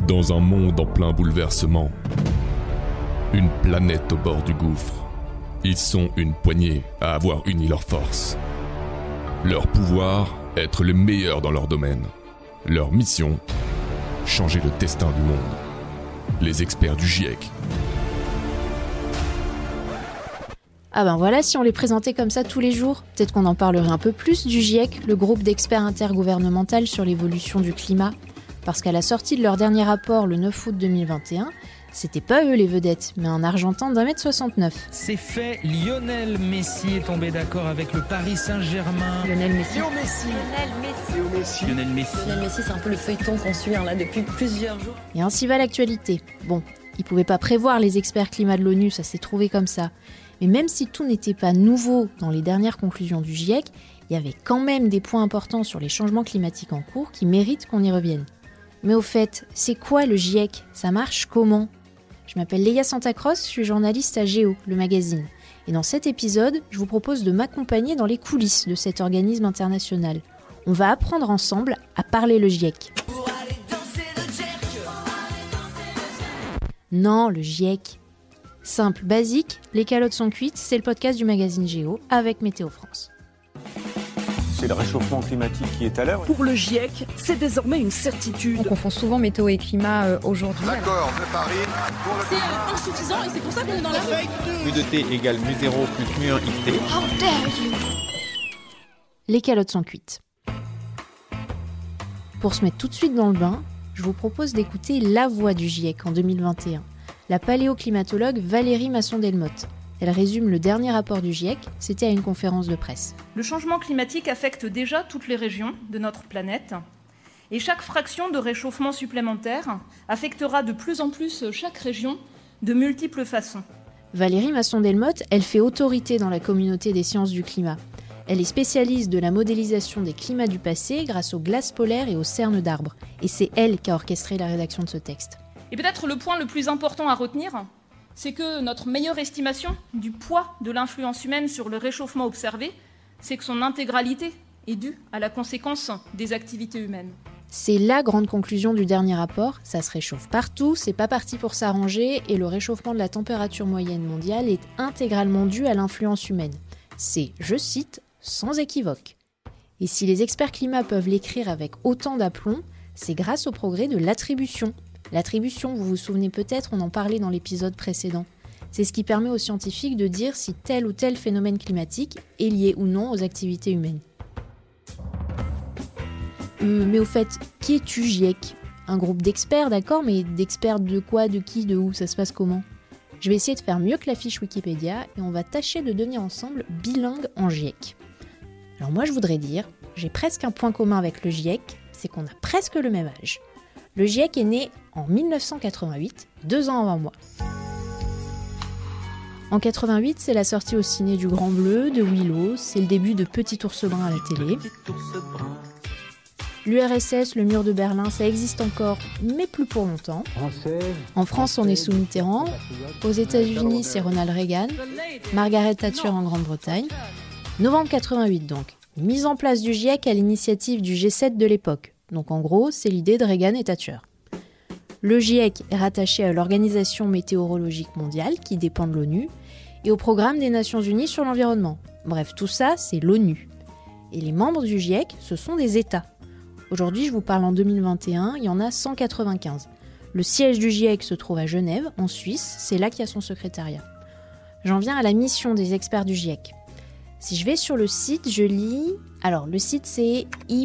Dans un monde en plein bouleversement, une planète au bord du gouffre, ils sont une poignée à avoir uni leurs forces. Leur pouvoir, être les meilleurs dans leur domaine. Leur mission, changer le destin du monde. Les experts du GIEC. Ah ben voilà, si on les présentait comme ça tous les jours, peut-être qu'on en parlerait un peu plus du GIEC, le groupe d'experts intergouvernemental sur l'évolution du climat. Parce qu'à la sortie de leur dernier rapport le 9 août 2021, c'était pas eux les vedettes, mais un Argentin d'1m69. C'est fait, Lionel Messi est tombé d'accord avec le Paris Saint-Germain. Lionel Messi. Lionel Messi, c'est un peu le feuilleton qu'on suit là depuis plusieurs jours. Et ainsi va l'actualité. Bon, ils pouvaient pas prévoir les experts climat de l'ONU, ça s'est trouvé comme ça. Mais même si tout n'était pas nouveau dans les dernières conclusions du GIEC, il y avait quand même des points importants sur les changements climatiques en cours qui méritent qu'on y revienne. Mais au fait, c'est quoi le GIEC ? Ça marche comment ? Je m'appelle Léa Santacross, je suis journaliste à Géo, le magazine. Et dans cet épisode, je vous propose de m'accompagner dans les coulisses de cet organisme international. On va apprendre ensemble à parler le GIEC. Non, le GIEC. Simple, basique, les calottes sont cuites, c'est le podcast du magazine Géo avec Météo France. C'est le réchauffement climatique qui est à l'œuvre. Pour le GIEC, c'est désormais une certitude. On confond souvent météo et climat aujourd'hui. L'accord de Paris pour le climat. C'est insuffisant et c'est pour ça qu'on est dans la rue. Plus de T égale mu0 plus mu1 xt. How dare you. Les calottes sont cuites. Pour se mettre tout de suite dans le bain, je vous propose d'écouter la voix du GIEC en 2021. La paléoclimatologue Valérie Masson-Delmotte. Elle résume le dernier rapport du GIEC, c'était à une conférence de presse. Le changement climatique affecte déjà toutes les régions de notre planète et chaque fraction de réchauffement supplémentaire affectera de plus en plus chaque région de multiples façons. Valérie Masson-Delmotte, elle fait autorité dans la communauté des sciences du climat. Elle est spécialiste de la modélisation des climats du passé grâce aux glaces polaires et aux cernes d'arbres. Et c'est elle qui a orchestré la rédaction de ce texte. Et peut-être le point le plus important à retenir, c'est que notre meilleure estimation du poids de l'influence humaine sur le réchauffement observé, c'est que son intégralité est due à la conséquence des activités humaines. C'est la grande conclusion du dernier rapport, ça se réchauffe partout, c'est pas parti pour s'arranger et le réchauffement de la température moyenne mondiale est intégralement dû à l'influence humaine. C'est, je cite, sans équivoque. Et si les experts climat peuvent l'écrire avec autant d'aplomb, c'est grâce au progrès de l'attribution. L'attribution, vous vous souvenez peut-être, on en parlait dans l'épisode précédent. C'est ce qui permet aux scientifiques de dire si tel ou tel phénomène climatique est lié ou non aux activités humaines. Mais au fait, qui es-tu GIEC ? Un groupe d'experts, d'accord, mais d'experts de quoi, de qui, de où, ça se passe comment ? Je vais essayer de faire mieux que la fiche Wikipédia et on va tâcher de devenir ensemble bilingues en GIEC. Alors moi je voudrais dire, j'ai presque un point commun avec le GIEC, c'est qu'on a presque le même âge. Le GIEC est né en 1988, 2 ans avant moi. En 88, c'est la sortie au ciné du Grand Bleu, de Willow, c'est le début de Petit Ours Brun à la télé. L'URSS, le mur de Berlin, ça existe encore, mais plus pour longtemps. En France, on est sous Mitterrand. Aux États-Unis, c'est Ronald Reagan. Margaret Thatcher en Grande-Bretagne. Novembre 88 donc. Mise en place du GIEC à l'initiative du G7 de l'époque. Donc en gros, c'est l'idée de Reagan et Thatcher. Le GIEC est rattaché à l'Organisation météorologique mondiale, qui dépend de l'ONU, et au Programme des Nations Unies sur l'environnement. Bref, tout ça, c'est l'ONU. Et les membres du GIEC, ce sont des États. Aujourd'hui, je vous parle en 2021, il y en a 195. Le siège du GIEC se trouve à Genève, en Suisse, c'est là qu'il y a son secrétariat. J'en viens à la mission des experts du GIEC. Si je vais sur le site, je lis... Alors, le site, c'est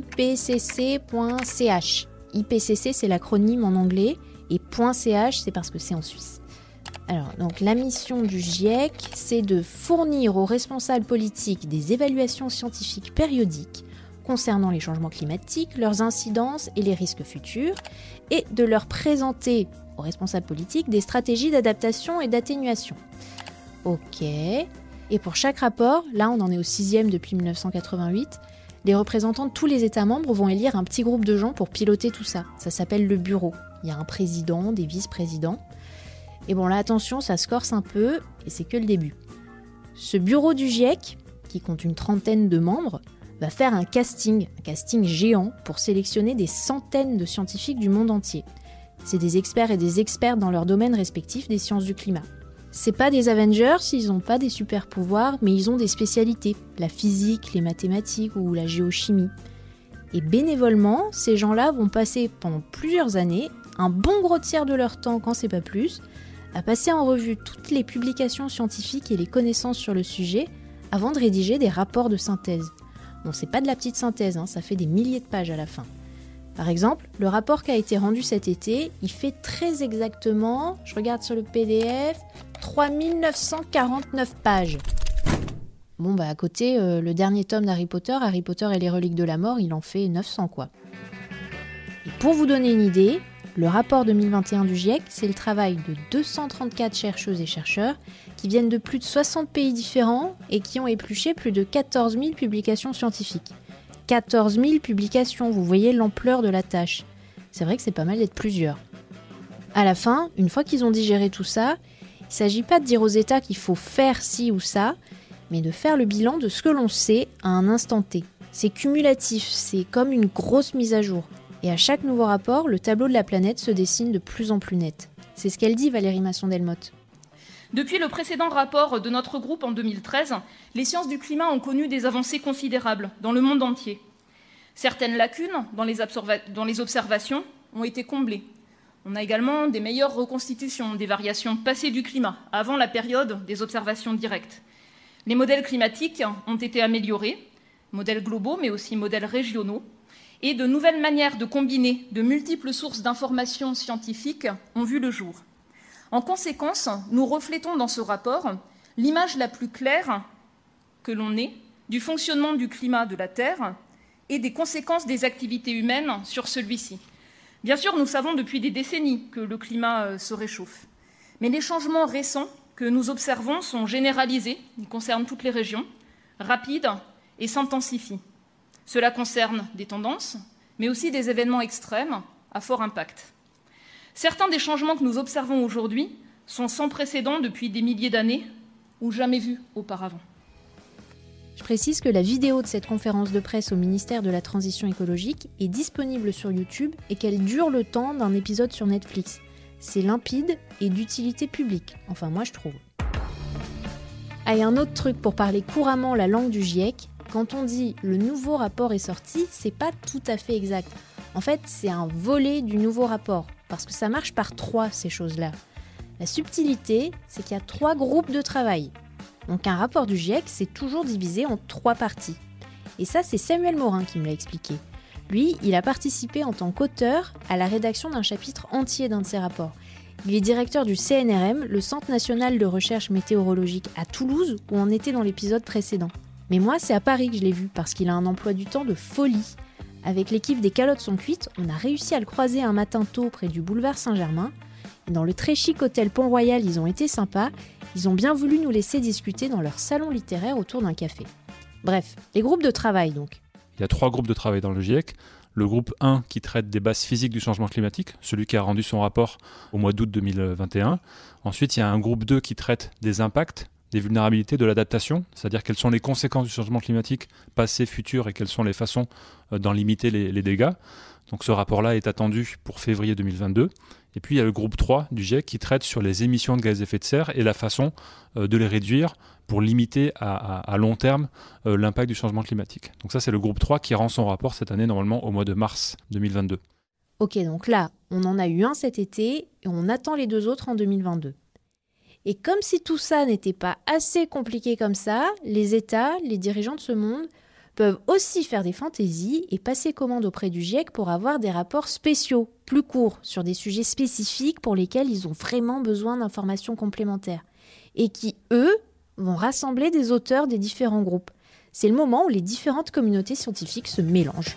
ipcc.ch. IPCC, c'est l'acronyme en anglais, et .ch, c'est parce que c'est en Suisse. Alors, donc, la mission du GIEC, c'est de fournir aux responsables politiques des évaluations scientifiques périodiques concernant les changements climatiques, leurs incidences et les risques futurs, et de leur présenter aux responsables politiques des stratégies d'adaptation et d'atténuation. Ok. Et pour chaque rapport, là on en est au 6e depuis 1988, les représentants de tous les États membres vont élire un petit groupe de gens pour piloter tout ça. Ça s'appelle le bureau. Il y a un président, des vice-présidents. Et bon là attention, ça se corse un peu, et c'est que le début. Ce bureau du GIEC, qui compte une 30aine de membres, va faire un casting géant pour sélectionner des centaines de scientifiques du monde entier. C'est des experts et des expertes dans leur domaine respectif des sciences du climat. C'est pas des Avengers, ils n'ont pas des super pouvoirs, mais ils ont des spécialités, la physique, les mathématiques ou la géochimie. Et bénévolement, ces gens-là vont passer pendant plusieurs années, un bon gros tiers de leur temps quand c'est pas plus, à passer en revue toutes les publications scientifiques et les connaissances sur le sujet avant de rédiger des rapports de synthèse. Bon, c'est pas de la petite synthèse, ça fait des milliers de pages à la fin. Par exemple, le rapport qui a été rendu cet été, il fait très exactement, je regarde sur le PDF, 3949 pages. Bon, à côté, le dernier tome d'Harry Potter et les reliques de la mort, il en fait 900 quoi. Et pour vous donner une idée, le rapport 2021 du GIEC, c'est le travail de 234 chercheuses et chercheurs qui viennent de plus de 60 pays différents et qui ont épluché plus de 14 000 publications scientifiques. 14 000 publications, vous voyez l'ampleur de la tâche. C'est vrai que c'est pas mal d'être plusieurs. À la fin, une fois qu'ils ont digéré tout ça, il ne s'agit pas de dire aux États qu'il faut faire ci ou ça, mais de faire le bilan de ce que l'on sait à un instant T. C'est cumulatif, c'est comme une grosse mise à jour. Et à chaque nouveau rapport, le tableau de la planète se dessine de plus en plus net. C'est ce qu'elle dit, Valérie Masson-Delmotte. Depuis le précédent rapport de notre groupe en 2013, les sciences du climat ont connu des avancées considérables dans le monde entier. Certaines lacunes dans les observations ont été comblées. On a également des meilleures reconstitutions des variations passées du climat, avant la période des observations directes. Les modèles climatiques ont été améliorés, modèles globaux mais aussi modèles régionaux, et de nouvelles manières de combiner de multiples sources d'informations scientifiques ont vu le jour. En conséquence, nous reflétons dans ce rapport l'image la plus claire que l'on ait du fonctionnement du climat de la Terre et des conséquences des activités humaines sur celui-ci. Bien sûr, nous savons depuis des décennies que le climat se réchauffe, mais les changements récents que nous observons sont généralisés, ils concernent toutes les régions, rapides et s'intensifient. Cela concerne des tendances, mais aussi des événements extrêmes à fort impact. Certains des changements que nous observons aujourd'hui sont sans précédent depuis des milliers d'années ou jamais vus auparavant. Je précise que la vidéo de cette conférence de presse au ministère de la Transition écologique est disponible sur YouTube et qu'elle dure le temps d'un épisode sur Netflix. C'est limpide et d'utilité publique, enfin moi je trouve. Ah, et un autre truc pour parler couramment la langue du GIEC, quand on dit « le nouveau rapport est sorti », c'est pas tout à fait exact. En fait, c'est un volet du nouveau rapport, parce que ça marche par 3, ces choses-là. La subtilité, c'est qu'il y a 3 groupes de travail. Donc un rapport du GIEC, c'est toujours divisé en 3 parties. Et ça, c'est Samuel Morin qui me l'a expliqué. Lui, il a participé en tant qu'auteur à la rédaction d'un chapitre entier d'un de ses rapports. Il est directeur du CNRM, le Centre national de recherche météorologique à Toulouse, où on était dans l'épisode précédent. Mais moi, c'est à Paris que je l'ai vu, parce qu'il a un emploi du temps de folie. Avec l'équipe des Calottes sont cuites, on a réussi à le croiser un matin tôt près du boulevard Saint-Germain. Et dans le très chic hôtel Pont-Royal, ils ont été sympas. Ils ont bien voulu nous laisser discuter dans leur salon littéraire autour d'un café. Bref, les groupes de travail donc. Il y a 3 groupes de travail dans le GIEC. Le groupe 1 qui traite des bases physiques du changement climatique, celui qui a rendu son rapport au mois d'août 2021. Ensuite, il y a un groupe 2 qui traite des impacts, des vulnérabilités, de l'adaptation, c'est-à-dire quelles sont les conséquences du changement climatique passé, futur, et quelles sont les façons d'en limiter les dégâts. Donc ce rapport-là est attendu pour février 2022. Et puis il y a le groupe 3 du GIEC qui traite sur les émissions de gaz à effet de serre et la façon de les réduire pour limiter à long terme l'impact du changement climatique. Donc ça, c'est le groupe 3 qui rend son rapport cette année, normalement au mois de mars 2022. Ok, donc là, on en a eu un cet été et on attend les 2 autres en 2022. Et comme si tout ça n'était pas assez compliqué comme ça, les États, les dirigeants de ce monde, peuvent aussi faire des fantaisies et passer commande auprès du GIEC pour avoir des rapports spéciaux, plus courts, sur des sujets spécifiques pour lesquels ils ont vraiment besoin d'informations complémentaires. Et qui, eux, vont rassembler des auteurs des différents groupes. C'est le moment où les différentes communautés scientifiques se mélangent.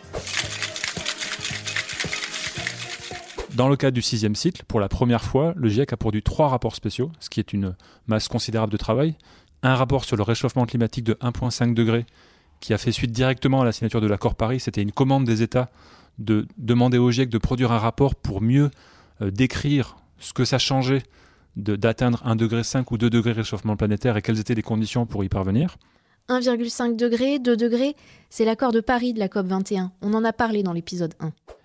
Dans le cadre du 6e cycle, pour la première fois, le GIEC a produit 3 rapports spéciaux, ce qui est une masse considérable de travail. Un rapport sur le réchauffement climatique de 1,5 degré, qui a fait suite directement à la signature de l'accord Paris. C'était une commande des États de demander au GIEC de produire un rapport pour mieux décrire ce que ça changeait d'atteindre 1,5 degré ou 2 degrés réchauffement planétaire et quelles étaient les conditions pour y parvenir. 1,5 degré, 2 degrés, c'est l'accord de Paris de la COP21. On en a parlé dans l'épisode 1.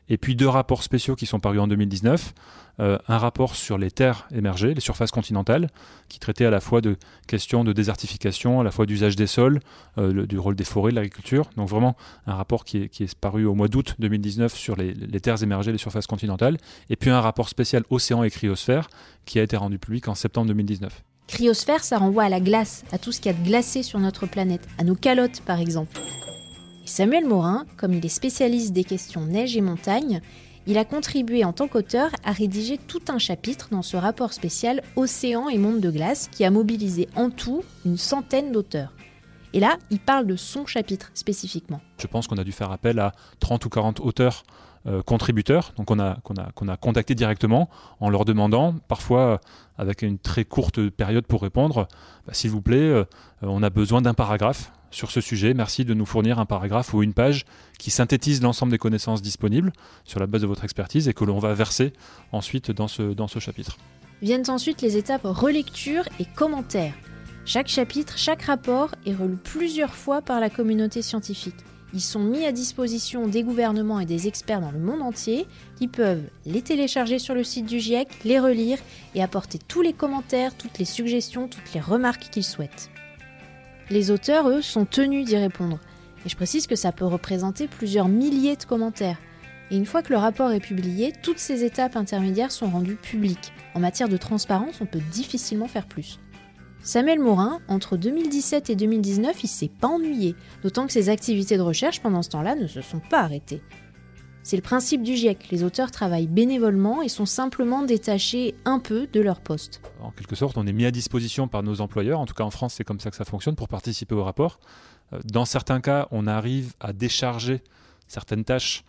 et puis 2 rapports spéciaux qui sont parus en 2019. Un rapport sur les terres émergées, les surfaces continentales, qui traitait à la fois de questions de désertification, à la fois d'usage des sols, du rôle des forêts, de l'agriculture. Donc vraiment un rapport qui est paru au mois d'août 2019 sur les terres émergées, les surfaces continentales. Et puis un rapport spécial océan et cryosphère qui a été rendu public en septembre 2019. Cryosphère, ça renvoie à la glace, à tout ce qu'il y a de glacé sur notre planète, à nos calottes par exemple. Et Samuel Morin, comme il est spécialiste des questions neige et montagne, il a contribué en tant qu'auteur à rédiger tout un chapitre dans ce rapport spécial Océan et monde de glace qui a mobilisé en tout une centaine d'auteurs. Et là, il parle de son chapitre spécifiquement. Je pense qu'on a dû faire appel à 30 ou 40 auteurs contributeurs, donc qu'on a contacté directement en leur demandant, parfois avec une très courte période pour répondre, s'il vous plaît, on a besoin d'un paragraphe sur ce sujet, merci de nous fournir un paragraphe ou une page qui synthétise l'ensemble des connaissances disponibles sur la base de votre expertise et que l'on va verser ensuite dans ce chapitre. Viennent ensuite les étapes relecture et commentaires. Chaque chapitre, chaque rapport est relu plusieurs fois par la communauté scientifique. Ils sont mis à disposition des gouvernements et des experts dans le monde entier qui peuvent les télécharger sur le site du GIEC, les relire et apporter tous les commentaires, toutes les suggestions, toutes les remarques qu'ils souhaitent. Les auteurs, eux, sont tenus d'y répondre. Et je précise que ça peut représenter plusieurs milliers de commentaires. Et une fois que le rapport est publié, toutes ces étapes intermédiaires sont rendues publiques. En matière de transparence, on peut difficilement faire plus. Samuel Morin, entre 2017 et 2019, il s'est pas ennuyé, d'autant que ses activités de recherche pendant ce temps-là ne se sont pas arrêtées. C'est le principe du GIEC, les auteurs travaillent bénévolement et sont simplement détachés un peu de leur poste. En quelque sorte, on est mis à disposition par nos employeurs, en tout cas en France c'est comme ça que ça fonctionne, pour participer au rapport. Dans certains cas, on arrive à décharger certaines tâches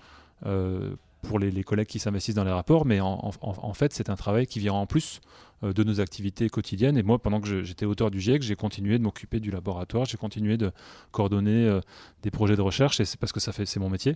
pour les collègues qui s'investissent dans les rapports, mais en fait c'est un travail qui vient en plus de nos activités quotidiennes. Et moi, pendant que j'étais auteur du GIEC, j'ai continué de m'occuper du laboratoire, j'ai continué de coordonner des projets de recherche, et c'est parce que c'est mon métier.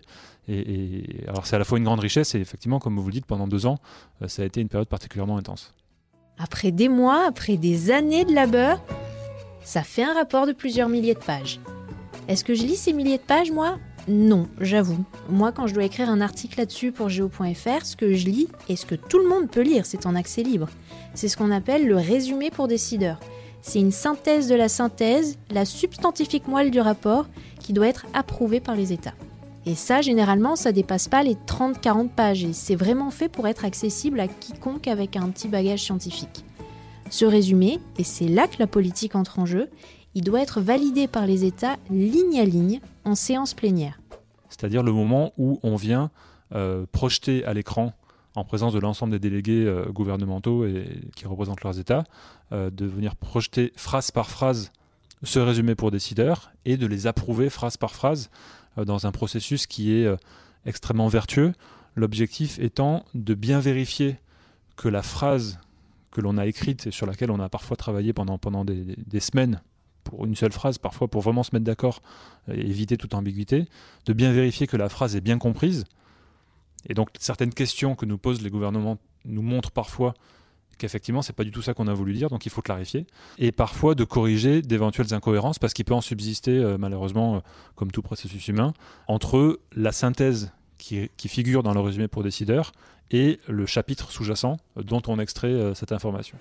Et alors c'est à la fois une grande richesse, et effectivement, comme vous le dites, pendant 2 ans, ça a été une période particulièrement intense. Après des mois, après des années de labeur, ça fait un rapport de plusieurs milliers de pages. Est-ce que je lis ces milliers de pages, moi ? Non, j'avoue. Moi, quand je dois écrire un article là-dessus pour Géo.fr, ce que je lis, et ce que tout le monde peut lire, c'est en accès libre. C'est ce qu'on appelle le résumé pour décideurs. C'est une synthèse de la synthèse, la substantifique moelle du rapport, qui doit être approuvée par les États. Et ça, généralement, ça dépasse pas les 30-40 pages, et c'est vraiment fait pour être accessible à quiconque avec un petit bagage scientifique. Ce résumé, et c'est là que la politique entre en jeu, il doit être validé par les États ligne à ligne en séance plénière. C'est-à-dire le moment où on vient projeter à l'écran, en présence de l'ensemble des délégués gouvernementaux et qui représentent leurs États, de venir projeter phrase par phrase ce résumé pour décideurs et de les approuver phrase par phrase dans un processus qui est extrêmement vertueux. L'objectif étant de bien vérifier que la phrase que l'on a écrite et sur laquelle on a parfois travaillé pendant des semaines, pour une seule phrase, parfois pour vraiment se mettre d'accord et éviter toute ambiguïté, de bien vérifier que la phrase est bien comprise. Et donc certaines questions que nous posent les gouvernements nous montrent parfois qu'effectivement c'est pas du tout ça qu'on a voulu dire, donc il faut clarifier. Et parfois de corriger d'éventuelles incohérences, parce qu'il peut en subsister malheureusement, comme tout processus humain, entre la synthèse qui figure dans le résumé pour décideurs et le chapitre sous-jacent dont on extrait cette information.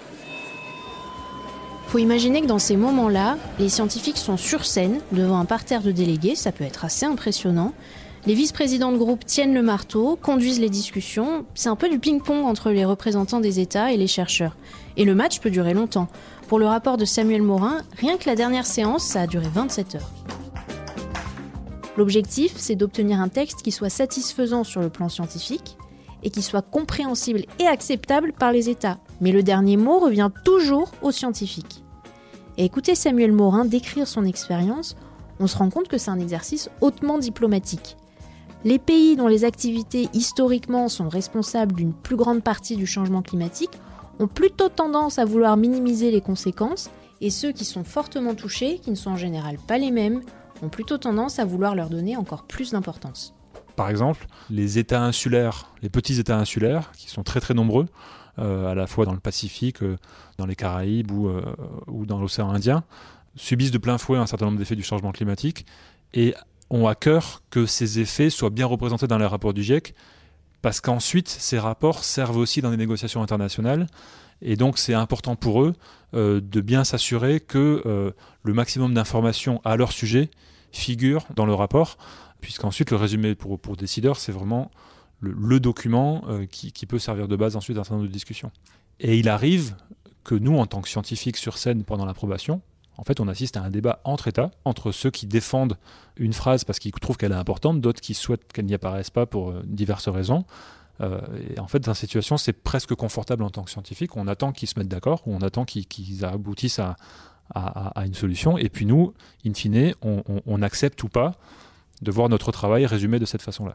Faut imaginer que dans ces moments-là, les scientifiques sont sur scène, devant un parterre de délégués, ça peut être assez impressionnant. Les vice-présidents de groupe tiennent le marteau, conduisent les discussions, c'est un peu du ping-pong entre les représentants des États et les chercheurs. Et le match peut durer longtemps. Pour le rapport de Samuel Morin, rien que la dernière séance, ça a duré 27 heures. L'objectif, c'est d'obtenir un texte qui soit satisfaisant sur le plan scientifique, et qui soit compréhensible et acceptable par les États. Mais le dernier mot revient toujours aux scientifiques. Et écouter Samuel Morin décrire son expérience, on se rend compte que c'est un exercice hautement diplomatique. Les pays dont les activités historiquement sont responsables d'une plus grande partie du changement climatique ont plutôt tendance à vouloir minimiser les conséquences, et ceux qui sont fortement touchés, qui ne sont en général pas les mêmes, ont plutôt tendance à vouloir leur donner encore plus d'importance. Par exemple, les États insulaires, les petits États insulaires, qui sont très très nombreux, à la fois dans le Pacifique, dans les Caraïbes ou dans l'océan Indien, subissent de plein fouet un certain nombre d'effets du changement climatique et ont à cœur que ces effets soient bien représentés dans les rapports du GIEC, parce qu'ensuite, ces rapports servent aussi dans les négociations internationales. Et donc, c'est important pour eux de bien s'assurer que le maximum d'informations à leur sujet figure dans le rapport, puisqu'ensuite, le résumé pour décideurs, c'est vraiment le document qui peut servir de base ensuite à un certain nombre de discussions. Et il arrive que nous, en tant que scientifiques sur scène pendant l'approbation, en fait, on assiste à un débat entre États, entre ceux qui défendent une phrase parce qu'ils trouvent qu'elle est importante, d'autres qui souhaitent qu'elle n'y apparaisse pas pour diverses raisons. Et en fait, dans cette situation, c'est presque confortable en tant que scientifique. On attend qu'ils se mettent d'accord, ou on attend qu'ils aboutissent à une solution. Et puis nous, in fine, on accepte ou pas de voir notre travail résumé de cette façon-là.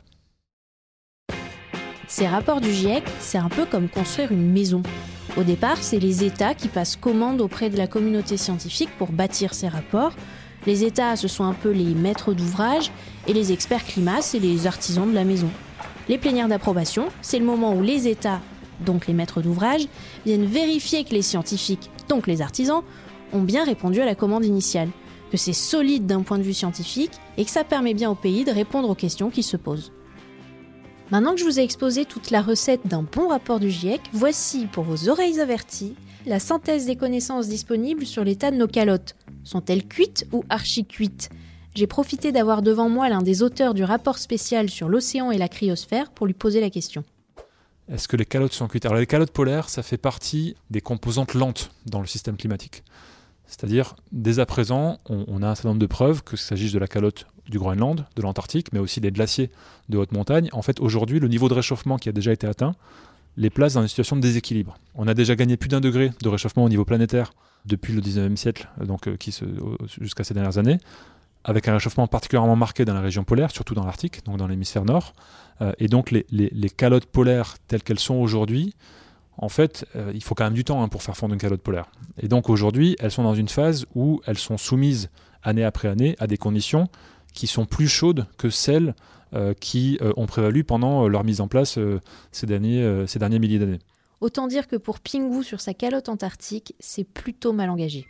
Ces rapports du GIEC, c'est un peu comme construire une maison. Au départ, c'est les États qui passent commande auprès de la communauté scientifique pour bâtir ces rapports. Les États, ce sont un peu les maîtres d'ouvrage, et les experts climat, c'est les artisans de la maison. Les plénières d'approbation, c'est le moment où les États, donc les maîtres d'ouvrage, viennent vérifier que les scientifiques, donc les artisans, ont bien répondu à la commande initiale, que c'est solide d'un point de vue scientifique et que ça permet bien au pays de répondre aux questions qui se posent. Maintenant que je vous ai exposé toute la recette d'un bon rapport du GIEC, voici, pour vos oreilles averties, la synthèse des connaissances disponibles sur l'état de nos calottes. Sont-elles cuites ou archi-cuites ? J'ai profité d'avoir devant moi l'un des auteurs du rapport spécial sur l'océan et la cryosphère pour lui poser la question. Est-ce que les calottes sont cuites ? Alors les calottes polaires, ça fait partie des composantes lentes dans le système climatique. C'est-à-dire, dès à présent, on a un certain nombre de preuves, que ce s'agisse de la calotte du Groenland, de l'Antarctique, mais aussi des glaciers de haute montagne. En fait, aujourd'hui, le niveau de réchauffement qui a déjà été atteint les place dans une situation de déséquilibre. On a déjà gagné plus d'1 degré de réchauffement au niveau planétaire depuis le 19e siècle, donc jusqu'à ces dernières années, avec un réchauffement particulièrement marqué dans la région polaire, surtout dans l'Arctique, donc dans l'hémisphère nord. Et donc les calottes polaires telles qu'elles sont aujourd'hui, en fait, il faut quand même du temps pour faire fondre une calotte polaire. Et donc aujourd'hui, elles sont dans une phase où elles sont soumises année après année à des conditions qui sont plus chaudes que celles qui ont prévalu pendant leur mise en place ces derniers milliers d'années. Autant dire que pour Pingu sur sa calotte antarctique, c'est plutôt mal engagé.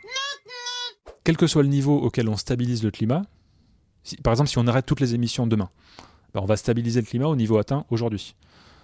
Quel que soit le niveau auquel on stabilise le climat, par exemple si on arrête toutes les émissions demain, on va stabiliser le climat au niveau atteint aujourd'hui.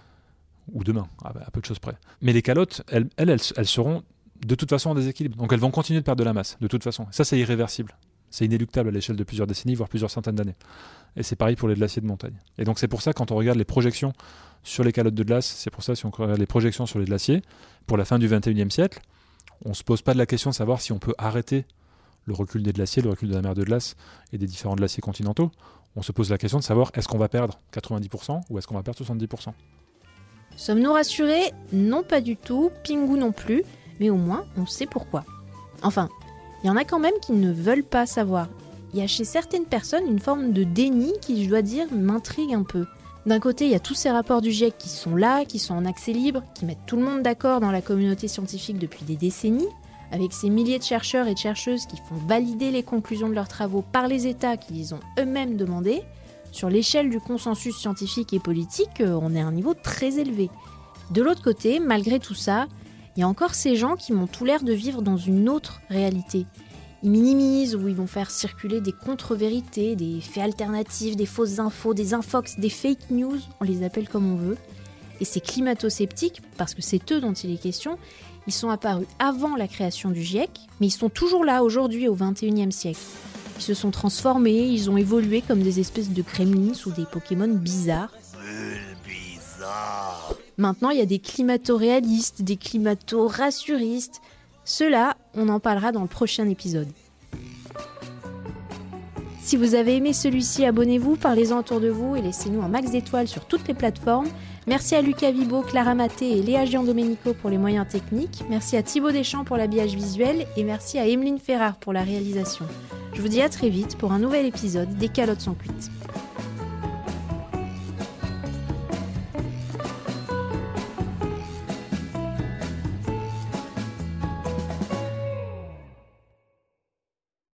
Ou demain, à peu de choses près. Mais les calottes, elles seront de toute façon en déséquilibre. Donc elles vont continuer de perdre de la masse, de toute façon. Ça, c'est irréversible. C'est inéluctable à l'échelle de plusieurs décennies, voire plusieurs centaines d'années. Et c'est pareil pour les glaciers de montagne. Et donc c'est pour ça, quand on regarde les projections sur les calottes de glace, c'est pour ça, si on regarde les projections sur les glaciers, pour la fin du 21e siècle, on ne se pose pas de la question de savoir si on peut arrêter le recul des glaciers, le recul de la mer de glace et des différents glaciers continentaux. On se pose la question de savoir, est-ce qu'on va perdre 90% ou est-ce qu'on va perdre 70%? Sommes-nous rassurés ? Non, pas du tout. Pingu non plus. Mais au moins, on sait pourquoi. Enfin, il y en a quand même qui ne veulent pas savoir. Il y a chez certaines personnes une forme de déni qui, je dois dire, m'intrigue un peu. D'un côté, il y a tous ces rapports du GIEC qui sont là, qui sont en accès libre, qui mettent tout le monde d'accord dans la communauté scientifique depuis des décennies, avec ces milliers de chercheurs et de chercheuses qui font valider les conclusions de leurs travaux par les États qui les ont eux-mêmes demandés. Sur l'échelle du consensus scientifique et politique, on est à un niveau très élevé. De l'autre côté, malgré tout ça, il y a encore ces gens qui m'ont tout l'air de vivre dans une autre réalité. Ils minimisent ou ils vont faire circuler des contre-vérités, des faits alternatifs, des fausses infos, des infox, des fake news, on les appelle comme on veut. Et ces climato-sceptiques, parce que c'est eux dont il est question, ils sont apparus avant la création du GIEC, mais ils sont toujours là aujourd'hui au XXIe siècle. Ils se sont transformés, ils ont évolué comme des espèces de gremlins ou des Pokémon bizarres. Maintenant, il y a des climato-réalistes, des climato-rassuristes. Ceux-là, on en parlera dans le prochain épisode. Si vous avez aimé celui-ci, abonnez-vous, parlez-en autour de vous et laissez-nous un max d'étoiles sur toutes les plateformes. Merci à Lucas Vibo, Clara Maté et Léa Giandomenico pour les moyens techniques. Merci à Thibaut Deschamps pour l'habillage visuel et merci à Emeline Ferrard pour la réalisation. Je vous dis à très vite pour un nouvel épisode des Calottes sont cuites.